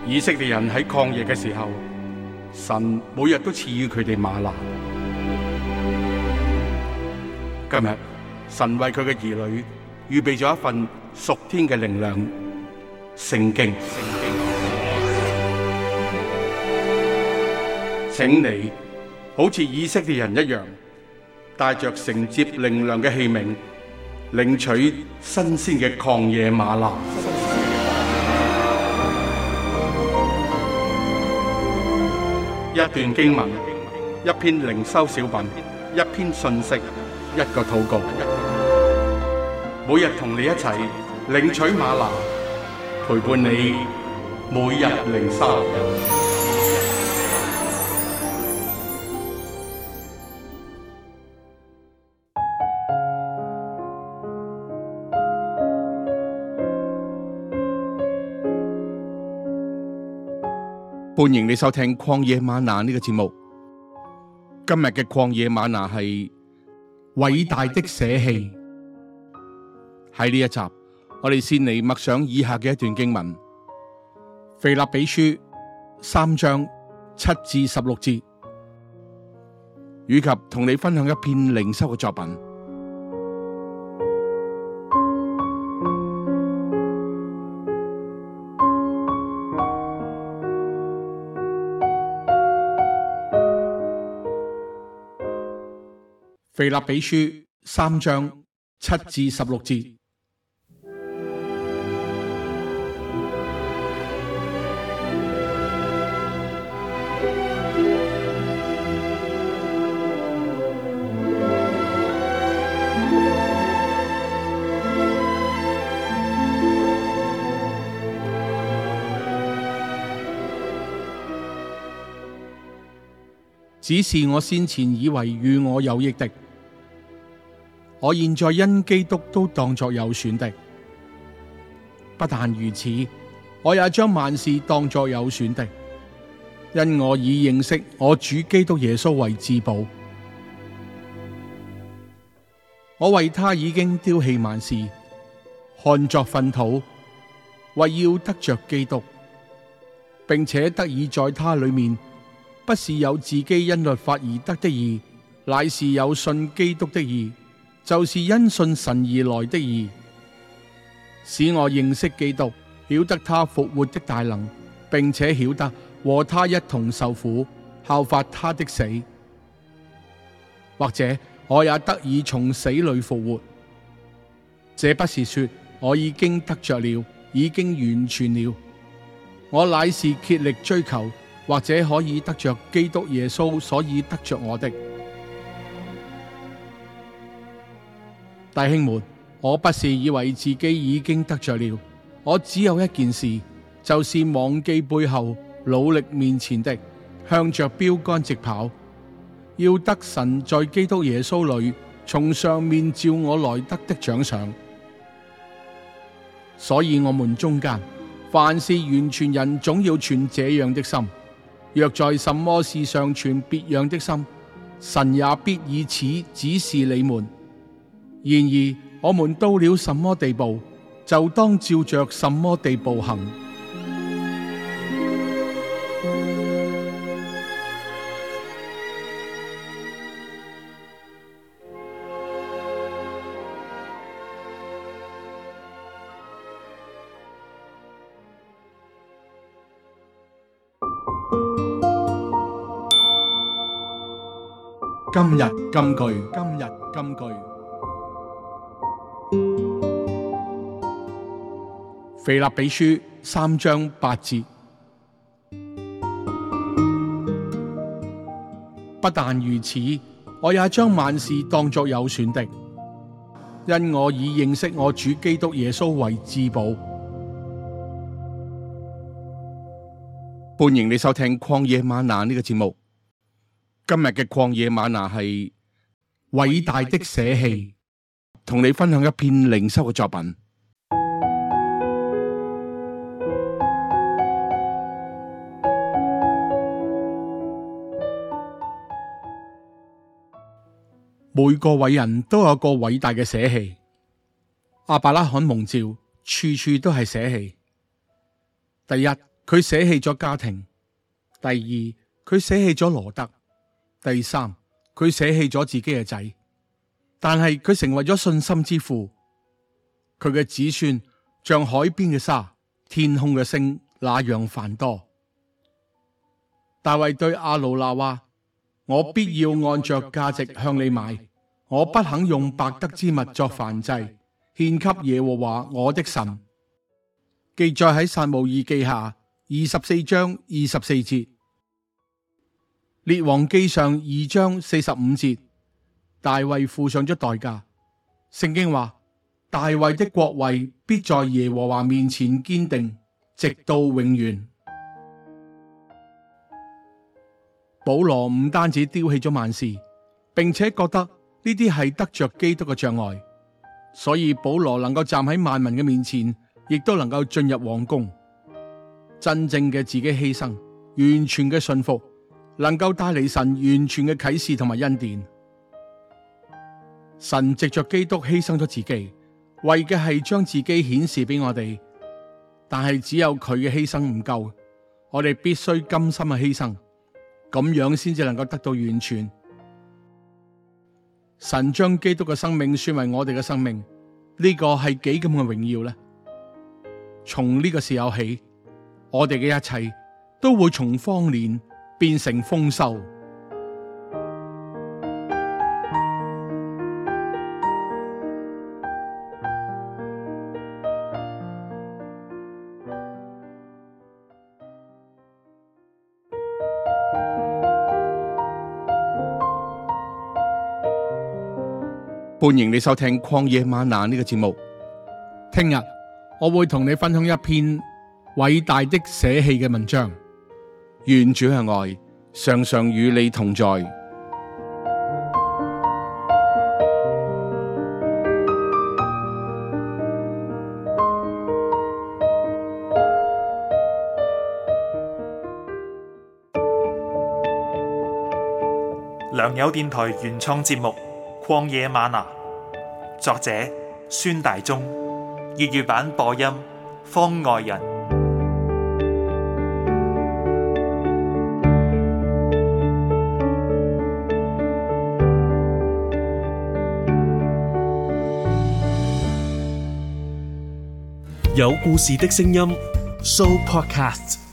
以色列人喺曠野嘅時候，神每日都賜予佢哋嗎哪。今日神為佢嘅兒女預備咗一份屬天嘅靈糧——聖經。請你好似以色列人一樣，帶着承接靈糧嘅器皿，領取新鮮嘅曠野嗎哪。一段經文，一篇靈修小品，一篇信息，一個禱告。每日同你一齊領取嗎哪，陪伴你每日靈修。歡迎你收聽曠野嗎哪呢個節目。今日嘅曠野嗎哪係偉大的捨棄。喺呢一集，我哋先嚟默想以下嘅一段經文：腓立比書3章7至16節，以及同你分享一篇靈修嘅作品。腓立比書3章7至16節，只是我先前以為與我有益的，我現在因基督都當作有損的。不但如此，我也將萬事當作有損的，因我已認識我主基督耶穌為至寶。我為他已經丟棄萬事，看作糞土，為要得着基督，並且得以在他裡面，不是有自己因律法而得的義，乃是有信基督的義，就是因信神而來的義，使我認識基督，曉得他復活的大能，並且曉得和他一同受苦，效法他的死，或者我也得以從死裏復活。這不是說我已經得着了，已經完全了，我乃是竭力追求，或者可以得着基督耶穌所以得着我的。弟兄們，我不是以為自己已經得着了，我只有一件事，就是忘記背後，努力面前的，向着標竿直跑，要得神在基督耶穌裏從上面召我來得的獎賞。所以我們中間凡是完全人，總要存這樣的心；若在什麼事上存別樣的心，神也必以此指示你們。然而我們到了什麼地步，就當照着什麼地步行。今日金句，今日金句。腓立比書3章8節，不但如此，我也將萬事當作有損的，因我已認識我主基督耶穌為至寶。歡迎你收聽曠野嗎哪呢個節目。今日嘅曠野嗎哪係偉大的捨棄，同你分享一篇靈修嘅作品。每個偉人都有個偉大嘅捨棄。亞伯拉罕蒙召，處處都係捨棄。第一， 佢捨棄咗家庭；第二，佢捨棄咗羅得；第三，佢捨棄咗自己嘅仔。但係佢成為咗信心之父，佢嘅子孫像海邊嘅沙，天空嘅星那樣繁多。大衛對亞魯那話：我必要按着價值向你買，我不肯用白得之物作燔祭，獻給耶和華我的神。記載喺撒母耳記下24章24節，列王記上2章45節，大衛付上咗代價。聖經話，大衛的國位必在耶和華面前堅定，直到永遠。保羅唔單止丟棄咗萬事，並且覺得呢啲係得着基督嘅障礙，所以保羅能夠站喺萬民嘅面前，亦都能夠進入皇宮。真正嘅自己犧牲，完全嘅信服，能夠帶嚟神完全嘅啟示同埋恩典。神藉着基督犧牲咗自己，為嘅係將自己顯示俾我哋。但係只有佢嘅犧牲唔夠，我哋必須甘心嘅犧牲，咁樣先至能夠得到完全。神將基督嘅生命算為我哋嘅生命，呢個係幾咁嘅榮耀呢？從呢個時候起，我哋嘅一切都會從荒年變成豐收。歡迎你收聽曠野嗎哪呢個節目。聽日我會同你分享一篇偉大的捨棄嘅文章。願主嘅愛常常與你同在。 良友電台原創節目《曠野嗎哪》，作者孫大中，粵語版播音方外人， 有故事的聲音 Show Podcast。